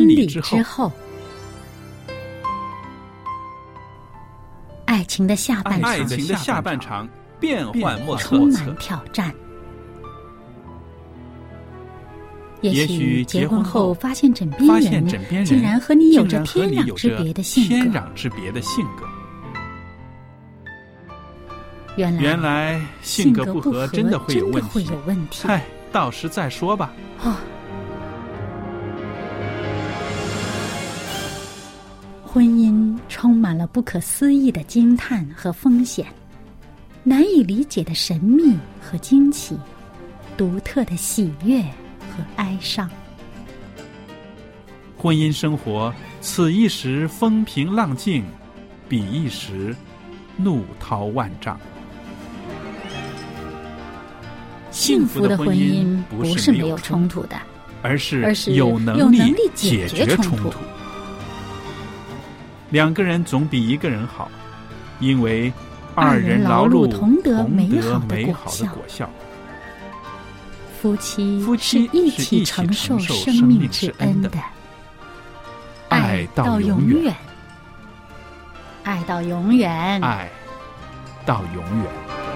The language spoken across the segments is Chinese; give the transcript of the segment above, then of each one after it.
婚礼之后，爱情的下半场变幻莫测， 充满挑战。也许结婚后发现枕边人竟然和你有着天壤之别的性格。 原来性格不合真的会有问题。嗨，到时再说吧。 婚姻充满了不可思议的惊叹和风险，难以理解的神秘和惊奇，独特的喜悦和哀伤。 婚姻生活，此一时风平浪静，彼一时怒涛万丈。 幸福的婚姻不是没有冲突的， 而是有能力解决冲突。两个人总比一个人好，因为二人劳碌同得美好的果效。 夫妻是一起承受生命之恩的，爱到永远，爱到永远， 爱到永远。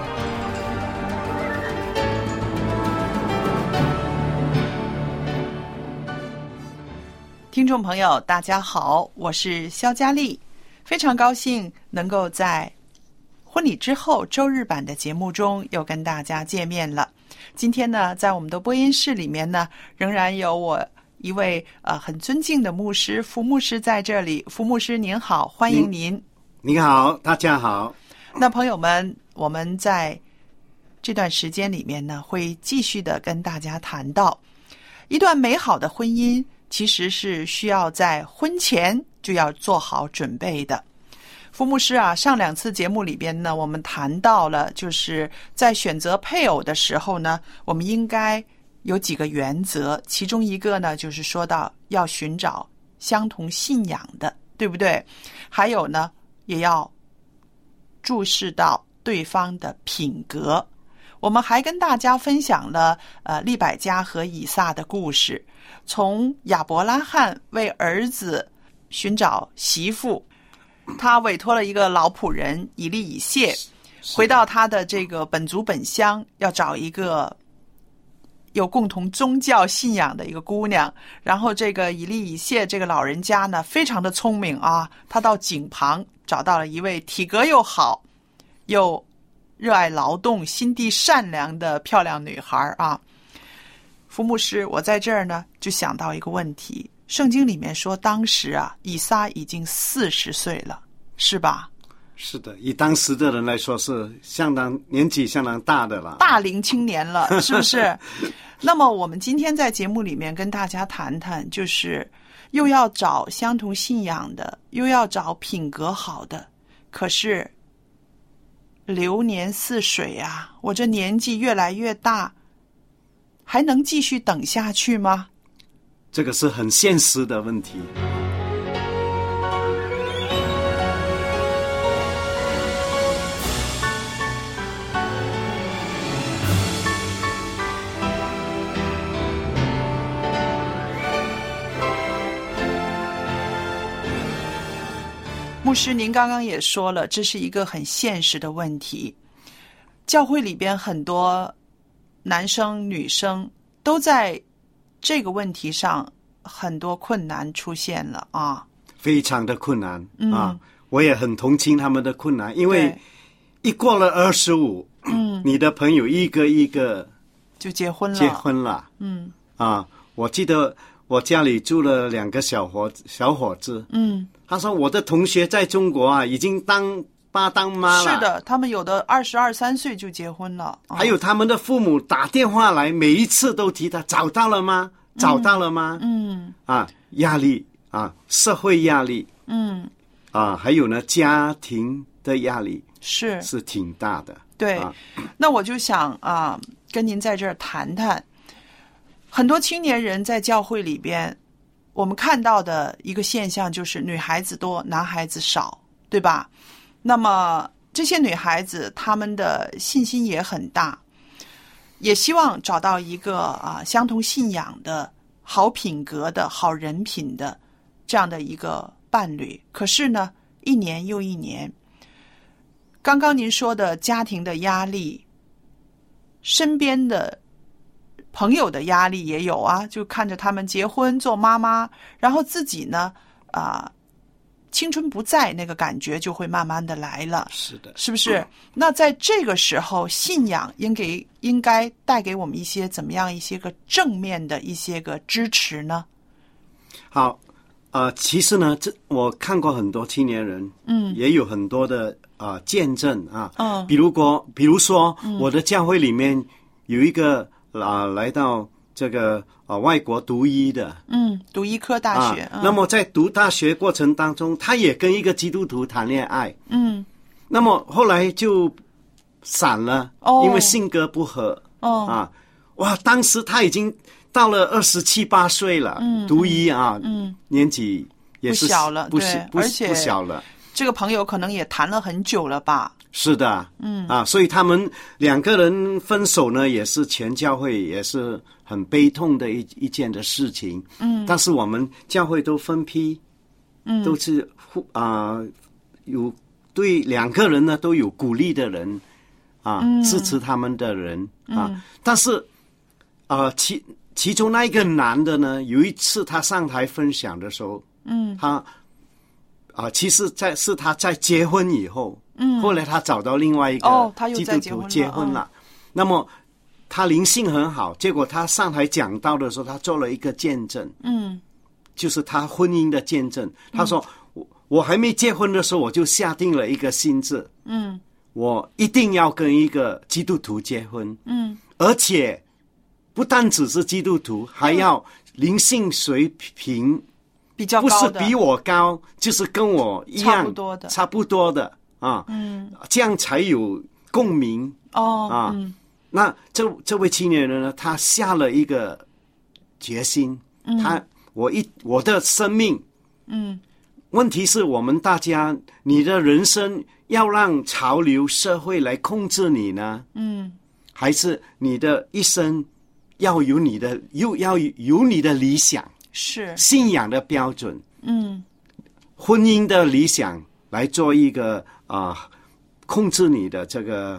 听众朋友大家好，我是肖佳丽，非常高兴能够在婚礼之后周日版的节目中又跟大家见面了。今天呢，在我们的播音室里面呢，仍然有我一位很尊敬的牧师福牧师在这里。福牧师您好，欢迎您。 您好，大家好。 那朋友们，我们在这段时间里面呢，会继续的跟大家谈到一段美好的婚姻其实是需要在婚前就要做好准备的。福牧师啊，上两次节目里边呢，我们谈到了就是在选择配偶的时候呢，我们应该有几个原则，其中一个呢就是说到要寻找相同信仰的，对不对？还有呢，也要注视到对方的品格。我们还跟大家分享了利百加和以撒的故事，从亚伯拉罕为儿子寻找媳妇，他委托了一个老仆人以利以谢，回到他的这个本族本乡，要找一个有共同宗教信仰的一个姑娘。然后这个以利以谢这个老人家呢，非常的聪明啊，他到井旁找到了一位体格又好又热爱劳动心地善良的漂亮女孩啊。福牧师，我在这儿呢就想到一个问题，圣经里面说当时啊以撒已经40岁了，是吧？ 是的，以当时的人来说是年纪相当大的了， 大龄青年了，是不是？那么我们今天在节目里面跟大家谈谈，就是又要找相同信仰的，又要找品格好的，可是流年似水啊，我这年纪越来越大，还能继续等下去吗？ 这个是很现实的问题。 牧师，您刚刚也说了，这是一个很现实的问题。教会里边很多男生女生都在这个问题上很多困难出现了啊， 非常的困难啊！我也很同情他们的困难，因为一过了25，你的朋友一个一个就结婚了， 我记得我家里住了2个小伙子，他说我的同学在中国啊，已经当爸当妈了。 是的，他们有的22、23岁就结婚了。 还有他们的父母打电话来，每一次都提他找到了吗？找到了吗？压力啊，社会压力，还有呢，家庭的压力是挺大的。 对，那我就想跟您在这儿谈谈，很多青年人在教会里边，我们看到的一个现象就是女孩子多，男孩子少，对吧？那么这些女孩子她们的信心也很大，也希望找到一个相同信仰的好品格的好人品的这样的一个伴侣，可是呢一年又一年，刚刚您说的家庭的压力，身边的朋友的压力也有啊，就看着他们结婚做妈妈，然后自己呢青春不在，那个感觉就会慢慢的来了。 是的， 是不是？那在这个时候，信仰应该带给我们一些怎么样一些个正面的一些个支持呢？ 好，其实呢，我看过很多青年人，也有很多的见证啊，比如说，我的教会里面有一个来到这个外国读医的， 读医科大学， 那么在读大学过程当中，他也跟一个基督徒谈恋爱，那么后来就散了，因为性格不合，哇，当时他已经到了27、28岁了，读医年纪也是不小了，对，而且不小了。 这个朋友可能也谈了很久了吧？ 是的，所以他们两个人分手呢，也是全教会也是很悲痛的一件的事情。但是我们教会都分批，都是有对两个人呢都有鼓励的人支持他们的人但是其中那一个男的呢，有一次他上台分享的时候，他其实是他在结婚以后，后来他找到另外一个基督徒结婚了，那么他灵性很好，结果他上台讲道的时候，他做了一个见证，就是他婚姻的见证。他说我还没结婚的时候，我就下定了一个心志，我一定要跟一个基督徒结婚，而且不单只是基督徒，还要灵性水平比较高的， 不是比我高，就是跟我一样差不多的这样才有共鸣那这位青年人呢，他下了一个决心，我的生命，问题是我们大家，你的人生要让潮流社会来控制你呢，还是你的一生要有你的理想， 是信仰的标准，婚姻的理想来做一个控制你的这个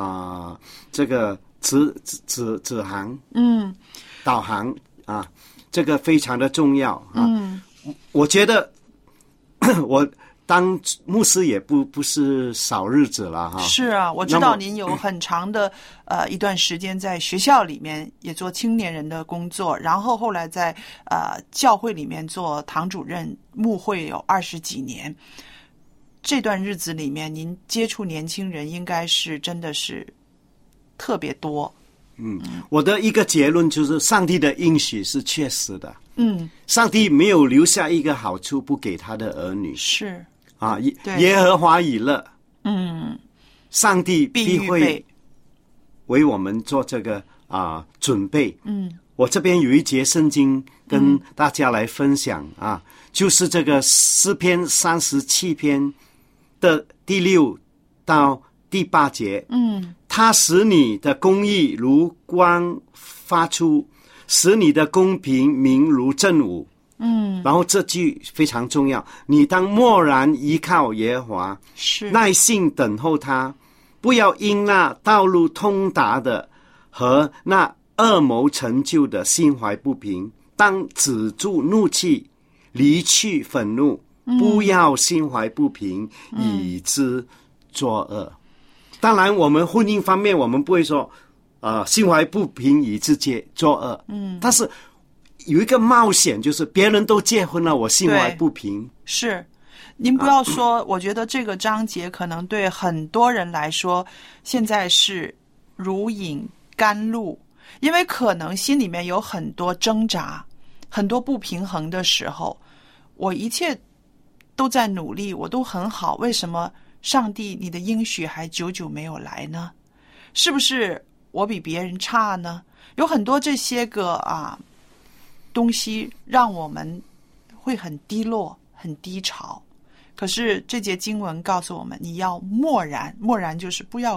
指航，导航这个非常的重要我觉得我当牧师也不是少日子了是啊，我知道您有很长的一段时间在学校里面也做青年人的工作，然后后来在教会里面做堂主任，牧会有20几年。这段日子里面，您接触年轻人应该是真的是特别多。 我的一个结论就是，上帝的应许是确实的。上帝没有留下一个好处不给他的儿女。是耶和华以勒，上帝必会为我们做这个准备。我这边有一节圣经跟大家来分享就是这个诗篇37篇的第6到第8节。他使你的公义如光发出，使你的公平明如正午。然后这句非常重要，你当默然依靠耶和华，耐心等候他，不要因那道路通达的和那恶谋成就的心怀不平，当止住怒气，离去愤怒，不要心怀不平，以致作恶。当然我们婚姻方面我们不会说心怀不平以致作恶，但是有一个冒险，就是别人都结婚了，我心怀不平。是，您不要说我觉得这个章节可能对很多人来说现在是如饮甘露，因为可能心里面有很多挣扎，很多不平衡的时候，我一切都在努力，我都很好，为什么上帝你的应许还久久没有来呢？是不是我比别人差呢？有很多这些个东西让我们会很低落很低潮。可是这节经文告诉我们，你要默然，默然就是不要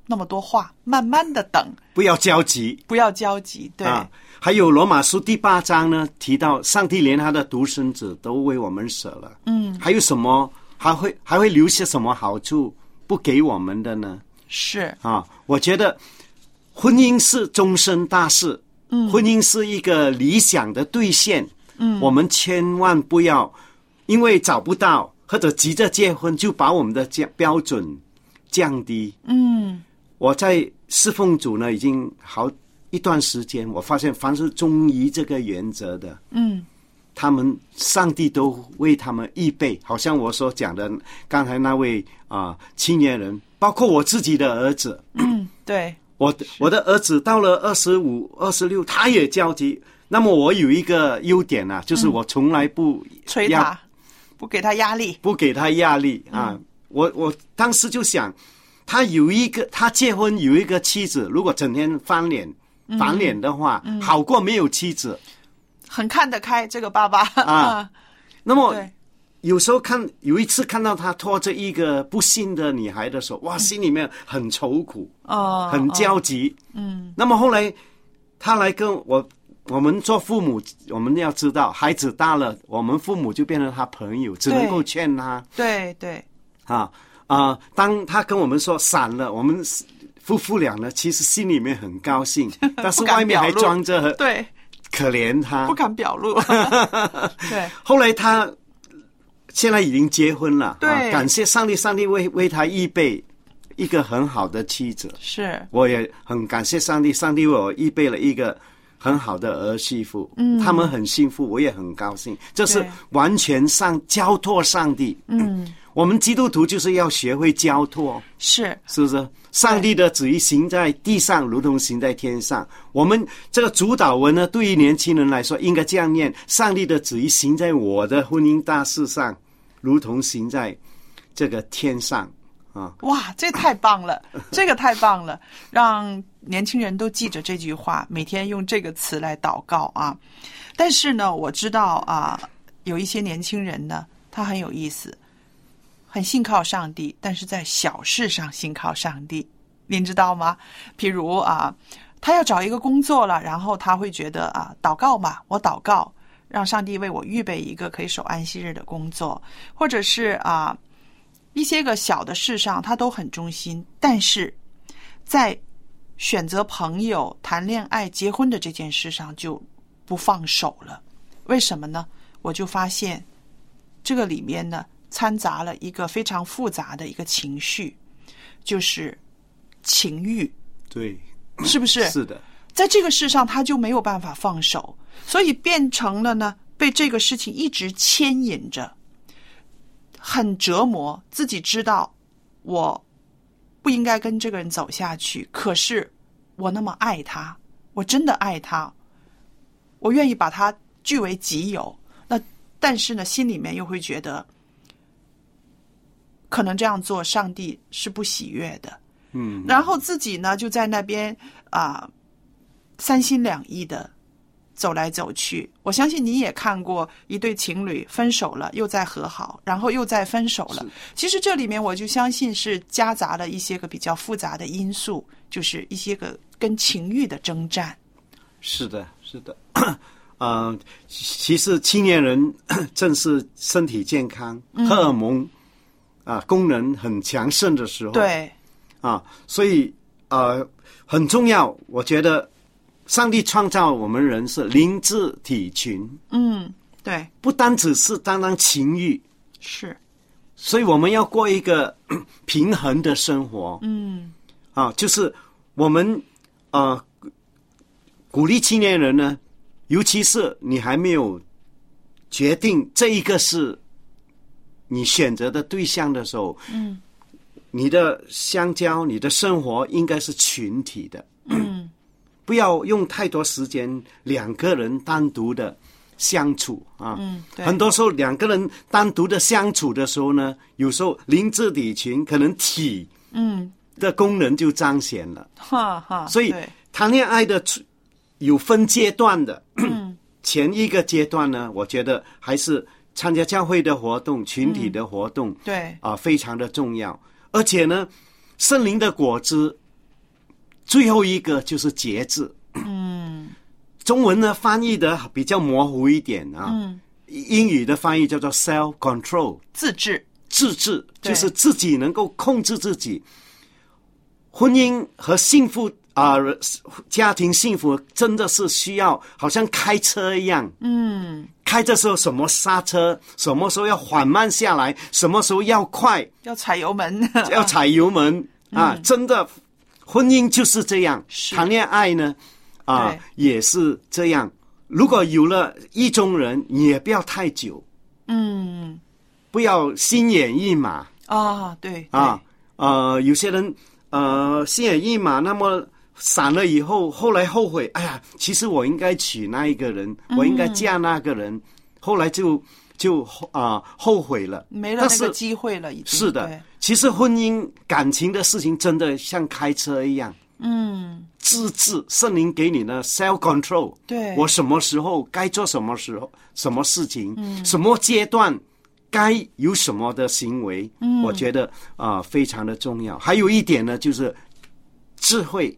那么多话，慢慢的等， 不要焦急， 不要焦急。对， 还有罗马书第8章呢，提到上帝连他的独生子都为我们舍了。还有什么还会留下什么好处不给我们的呢？ 是我觉得婚姻是终身大事，婚姻是一个理想的兑现。我们千万不要因为找不到或者急着结婚，就把我们的标准降低。我在侍奉主呢，已经好一段时间，我发现凡是忠于这个原则的，他们上帝都为他们预备，好像我所讲的刚才那位青年人，包括我自己的儿子。 对， 我的儿子到了25、26，他也焦急。那么我有一个优点啊，就是我从来不催他，不给他压力， 不给他压力啊。我当时就想，他结婚有一个妻子，如果整天翻脸的话，好过没有妻子。 很看得开这个爸爸那么有时候有一次看到他拖着一个不幸的女孩的时候，哇，心里面很愁苦，很焦急。那么后来他来跟我们做父母，我们要知道，孩子大了，我们父母就变成他朋友，只能够劝他。 对， 当他跟我们说散了，我们夫妇俩呢，其实心里面很高兴，但是外面还装着对可怜他， 不敢表露。对， 后来他现在已经结婚了， 对， 感谢上帝，上帝为他预备一个很好的妻子。 是， 我也很感谢上帝，上帝为我预备了一个很好的儿媳妇，他们很幸福，我也很高兴。这是完全交托上帝。我们基督徒就是要学会交托，是不是？上帝的旨意行在地上，如同行在天上。我们这个主导文呢，对于年轻人来说，应该这样念：上帝的旨意行在我的婚姻大事上，如同行在这个天上。 哇，这太棒了，这个太棒了，让年轻人都记着这句话，每天用这个词来祷告啊。但是呢，我知道有一些年轻人呢，他很有意思，很信靠上帝，但是在小事上信靠上帝，您知道吗？譬如他要找一个工作了，然后他会觉得祷告嘛，我祷告，让上帝为我预备一个可以守安息日的工作，或者是一些个小的事上他都很忠心，但是在选择朋友、谈恋爱、结婚的这件事上就不放手了。为什么呢？我就发现这个里面呢掺杂了一个非常复杂的一个情绪，就是情欲。 对， 是不是？ 是的， 在这个事上他就没有办法放手，所以变成了呢被这个事情一直牵引着，很折磨。自己知道我不应该跟这个人走下去，可是我那么爱他，我真的爱他，我愿意把他据为己有。那但是呢，心里面又会觉得可能这样做上帝是不喜悦的。然后自己呢就在那边三心两意的走来走去。我相信你也看过一对情侣分手了又再和好，然后又再分手了。其实这里面我就相信是夹杂了一些个比较复杂的因素，就是一些个跟情欲的征战。 是的，是的。其实青年人正是身体健康、荷尔蒙功能很强盛的时候。 对所以很重要。我觉得上帝创造我们人是灵智体群。 对， 不单只是单单情欲， 是， 所以我们要过一个平衡的生活。就是我们鼓励青年人呢，尤其是你还没有决定这一个是你选择的对象的时候，你的相交、你的生活应该是群体的。不要用太多时间两个人单独的相处很多时候两个人单独的相处的时候呢，有时候灵智体群可能体的功能就彰显了。所以谈恋爱的有分阶段的。前一个阶段呢，我觉得还是参加教会的活动、群体的活动， 对非常的重要。而且呢，圣灵的果子最后一个就是节制。中文呢翻译的比较模糊一点啊。英语的翻译叫做 self control， 自治就是自己能够控制自己。婚姻和幸福家庭幸福真的是需要好像开车一样，开的时候什么刹车，什么时候要缓慢下来，什么时候要快， 要踩油门真的婚姻就是这样，谈恋爱呢也是这样。如果有了意中人，也不要太久，不要心猿意马对有些人心猿意马，那么散了以后，后来后悔，哎呀，其实我应该娶那一个人，我应该嫁那个人，后来就后悔了， 没了那个机会了，已经是的。其实婚姻感情的事情真的像开车一样，自制，圣灵给你的 self control， 对， 我什么时候该做什么事情，什么阶段该有什么的行为，我觉得非常的重要。还有一点呢，就是智慧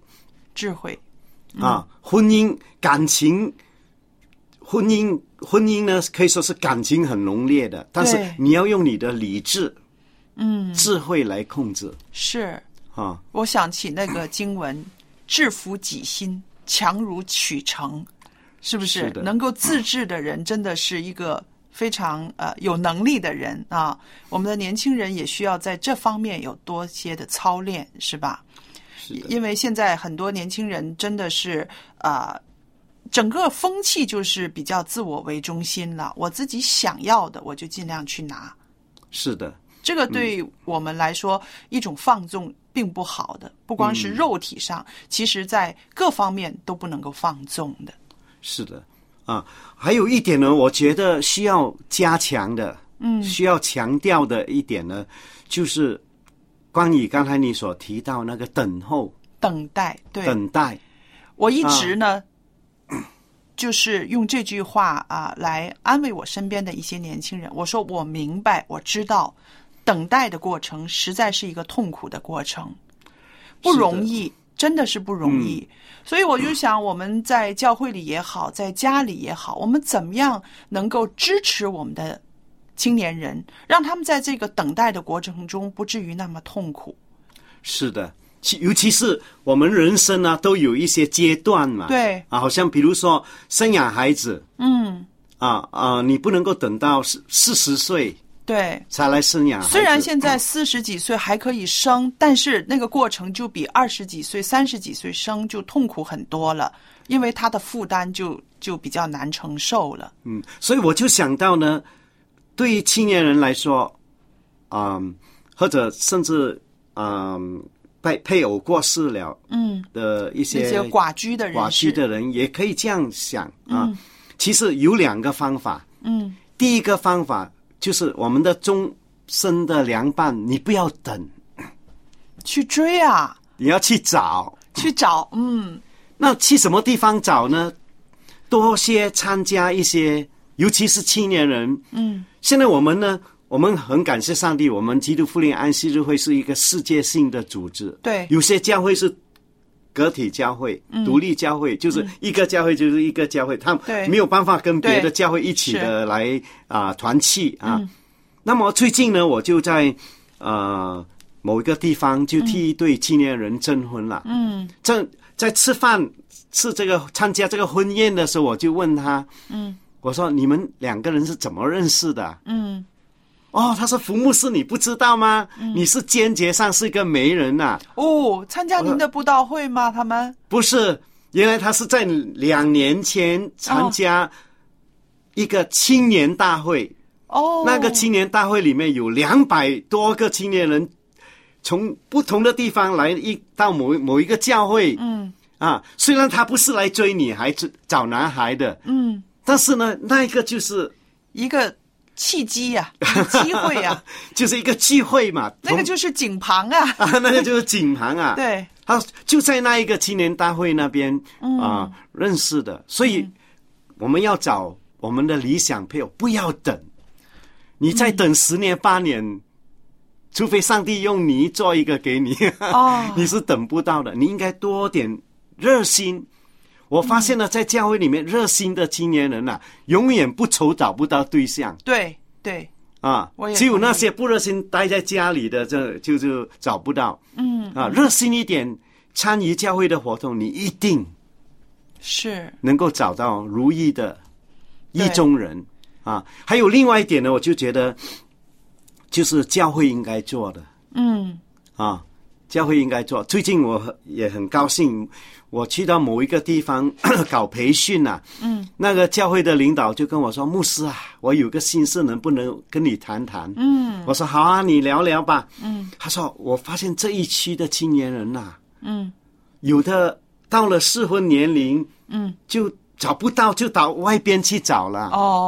婚姻感情，婚姻呢可以说是感情很浓烈的，但是你要用你的理智智慧来控制。 是我想起那个经文，制服己心，强如取成，是不是？能够自制的人真的是一个非常有能力的人啊。我们的年轻人也需要在这方面有多些的操练，是吧？因为现在很多年轻人真的是整个风气就是比较自我为中心了，我自己想要的我就尽量去拿。 是的， 这个对我们来说一种放纵并不好的，不光是肉体上，其实在各方面都不能够放纵的。 是的还有一点呢，我觉得需要加强的需要强调的一点呢，就是关于刚才你所提到那个等待。对，等待。 我一直呢就是用这句话来安慰我身边的一些年轻人，我说我明白，我知道等待的过程实在是一个痛苦的过程，不容易，真的是不容易。所以我就想，我们在教会里也好，在家里也好，我们怎么样能够支持我们的青年人，让他们在这个等待的过程中不至于那么痛苦。 是的，尤其是我们人生都有一些阶段嘛。 对好像比如说生养孩子，你不能够等到40岁对才来生养孩子。 虽然现在40几岁还可以生，但是那个过程就比20几岁、30几岁生就痛苦很多了，因为他的负担就比较难承受了。 所以我就想到呢，对于青年人来说，或者甚至配偶过世了，的一些寡居的人也可以这样想其实有2个方法。第一个方法就是我们的终身的良伴，你不要等， 去追你要去找。 那去什么地方找呢？多些参加一些，尤其是青年人。现在我们很感谢上帝，我们基督福音安息日会是一个世界性的组织。 对， 有些教会是个体教会、独立教会，就是一个教会就是一个教会，他没有办法跟别的教会一起的来团契那么最近呢，我就在某一个地方就替一对青年人证婚了。在吃这个参加这个婚宴的时候，我就问他，我说你们2个人是怎么认识的？他说福牧师你不知道吗？你是间接上是一个媒人参加您的布道会吗？他们不是，原来他是在2年前参加一个青年大会。那个青年大会里面有200多个青年人，从不同的地方来到某一个教会。虽然他不是来追女孩子找男孩的，但是呢，那一个就是一个契机机会就是一个聚会嘛。 那个就是井旁那个就是井旁对， 他就在那一个青年大会那边认识的。所以我们要找我们的理想配偶，不要等。你再等10年8年， 除非上帝用你做一个给你，你是等不到的。你应该多点热心。我发现了，在教会里面，热心的青年人啊，永远不愁找不到对象。 对对啊，只有那些不热心待在家里的，这就找不到。热心一点，参与教会的活动，你一定是能够找到如意的意中人啊。还有另外一点呢，我就觉得，就是教会应该做的。教会应该做。最近我也很高兴，我去到某一个地方搞培训啊，那个教会的领导就跟我说，牧师啊，我有个心事，能不能跟你谈谈？我说好啊，你聊聊吧。他说我发现这一区的青年人啊，有的到了适婚年龄，就找不到，就到外边去找了。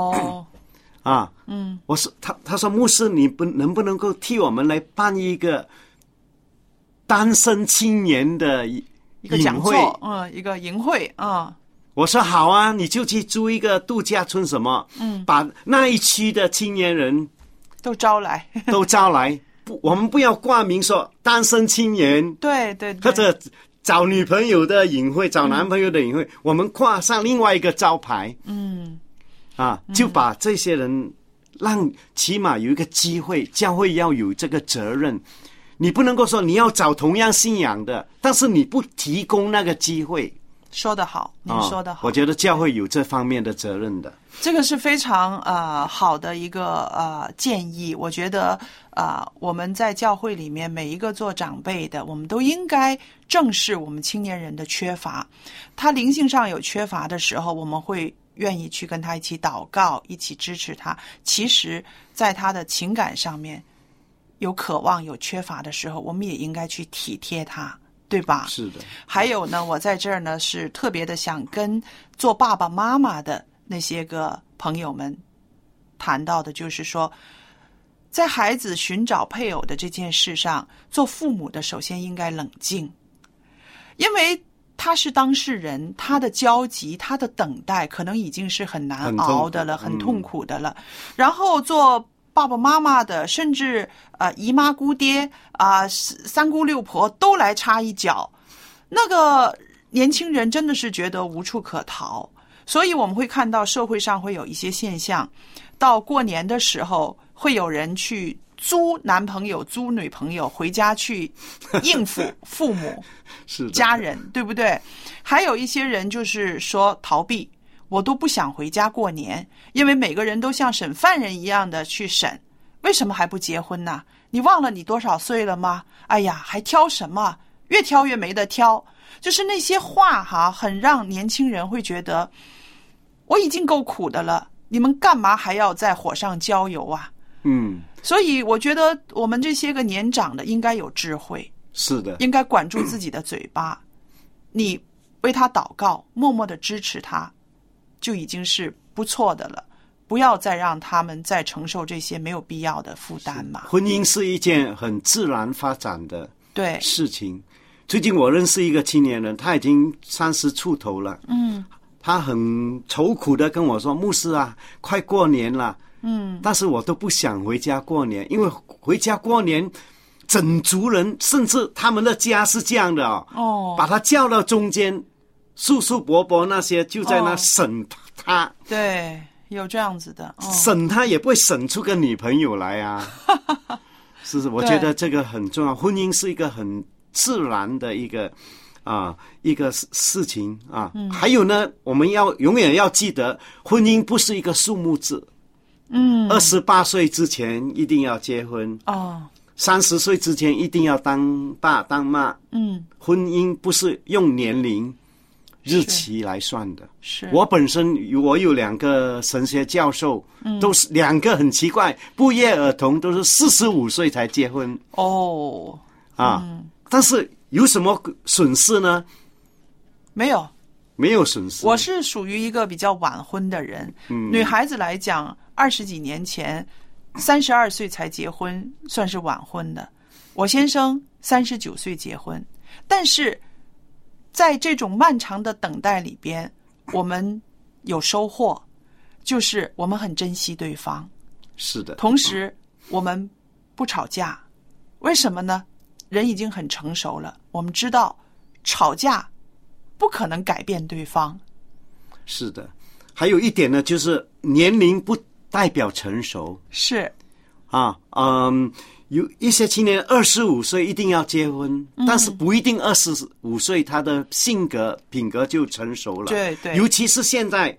我说他说牧师，你能不能够替我们来办一个单身青年的一个讲座， 一个营会啊。 我说好啊，你就去租一个度假村什么，把那一区的青年人都招来， 我们不要挂名说单身青年， 对， 或者找女朋友的营会，找男朋友的营会，我们挂上另外一个招牌，就把这些人让起码有一个机会，教会要有这个责任。你不能够说你要找同样信仰的，但是你不提供那个机会。 说得好，您说得好。 我觉得教会有这方面的责任的。 这个是非常好的一个建议。我觉得我们在教会里面每一个做长辈的，我们都应该正视我们青年人的缺乏。他灵性上有缺乏的时候，我们会愿意去跟他一起祷告，一起支持他。其实在他的情感上面有渴望有缺乏的时候，我们也应该去体贴他，对吧？ 是的。 还有呢，我在这儿呢是特别的想跟做爸爸妈妈的那些个朋友们谈到的，就是说在孩子寻找配偶的这件事上，做父母的首先应该冷静，因为他是当事人，他的焦急，他的等待可能已经是很难熬的了，很痛苦的了。然后做爸爸妈妈的，甚至姨妈姑爹三姑六婆都来插一脚，那个年轻人真的是觉得无处可逃。所以我们会看到社会上会有一些现象，到过年的时候会有人去租男朋友租女朋友回家去应付父母是家人，对不对？还有一些人就是说逃避，我都不想回家过年，因为每个人都像审犯人一样的去审，为什么还不结婚呢？你忘了你多少岁了吗？哎呀，还挑什么？越挑越没得挑。就是那些话很让年轻人会觉得我已经够苦的了，你们干嘛还要在火上浇油啊？所以我觉得我们这些个年长的应该有智慧， 是的， 应该管住自己的嘴巴，你为他祷告，默默的支持他，就已经是不错的了。不要再让他们再承受这些没有必要的负担嘛。 婚姻是一件很自然发展的事情。最近我认识一个青年人，他已经30出头了，他很愁苦的跟我说，牧师啊，快过年了，但是我都不想回家过年，因为回家过年整族人，甚至他们的家是这样的把他叫到中间，叔叔伯伯那些就在那审他， 对，有这样子的， 审他也不会审出个女朋友来啊。是我觉得这个很重要，婚姻是一个很自然的一个事情啊。还有呢，我们要永远要记得，婚姻不是一个数目字。28岁之前一定要结婚，30岁之前一定要当爸当妈。婚姻不是用年龄日期来算的。 是我本身我有2个神学教授，都是2个很奇怪，不约而同都是45岁才结婚。但是有什么损失呢？没有损失。 我是属于一个比较晚婚的人，女孩子来讲20几年前32岁才结婚算是晚婚的。我先生39岁结婚，但是在这种漫长的等待里边，我们有收获，就是我们很珍惜对方。 是的。 同时我们不吵架， 为什么呢？人已经很成熟了，我们知道吵架不可能改变对方。 是的，还有一点呢，就是年龄不代表成熟。 是啊，有一些青年25岁一定要结婚，但是不一定25岁他的性格品格就成熟了。 对对， 尤其是现在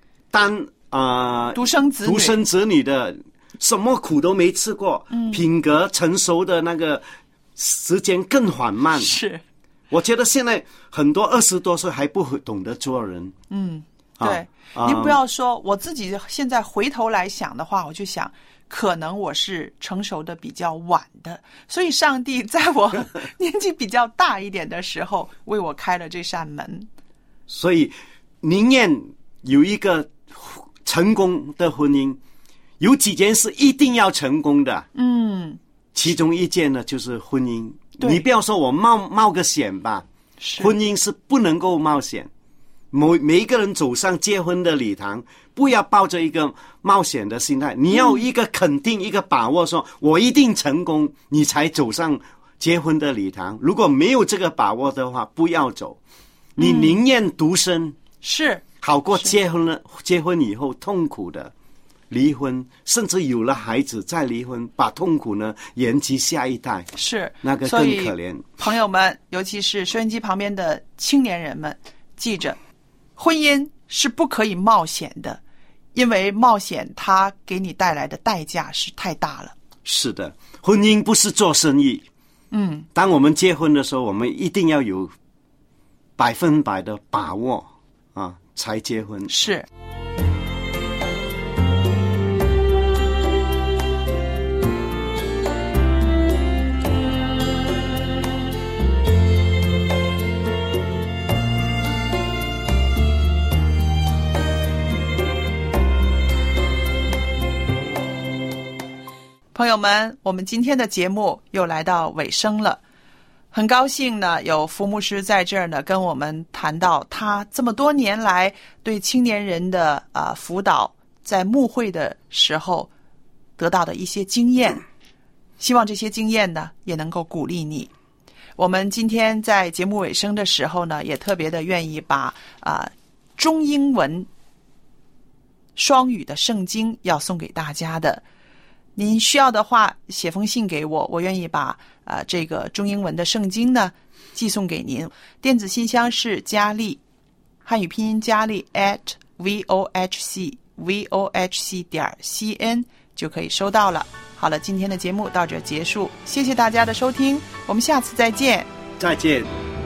独生子女的，什么苦都没吃过，品格成熟的那个时间更缓慢。 是， 我觉得现在很多20多岁还不懂得做人。 对，您不要说，我自己现在回头来想的话，我就想，可能我是成熟的比较晚的，所以上帝在我年纪比较大一点的时候，为我开了这扇门。 所以，宁愿有一个成功的婚姻，有几件事一定要成功的。其中一件呢，就是婚姻。你不要说我冒个险吧，婚姻是不能够冒险。每一个人走上结婚的礼堂，不要抱着一个冒险的心态，你要一个肯定，一个把握，说我一定成功，你才走上结婚的礼堂。如果没有这个把握的话，不要走。你宁愿独身， 是好过结婚以后痛苦的离婚，甚至有了孩子再离婚，把痛苦呢延及下一代， 是那个更可怜。 朋友们，尤其是收音机旁边的青年人们，记着，婚姻是不可以冒险的，因为冒险它给你带来的代价是太大了。 是的，婚姻不是做生意。当我们结婚的时候，我们一定要有100%的把握啊，才结婚。 是。朋友们，我们今天的节目又来到尾声了，很高兴呢，有福牧师在这儿呢，跟我们谈到他这么多年来对青年人的辅导，在牧会的时候得到的一些经验，希望这些经验呢也能够鼓励你。我们今天在节目尾声的时候呢，也特别的愿意把中英文双语的圣经要送给大家的。您需要的话，写封信给我，我愿意把这个中英文的圣经呢寄送给您。电子信箱是佳丽，汉语拼音佳丽 @vohc.cn 就可以收到了。好了，今天的节目到这结束，谢谢大家的收听，我们下次再见。 再见。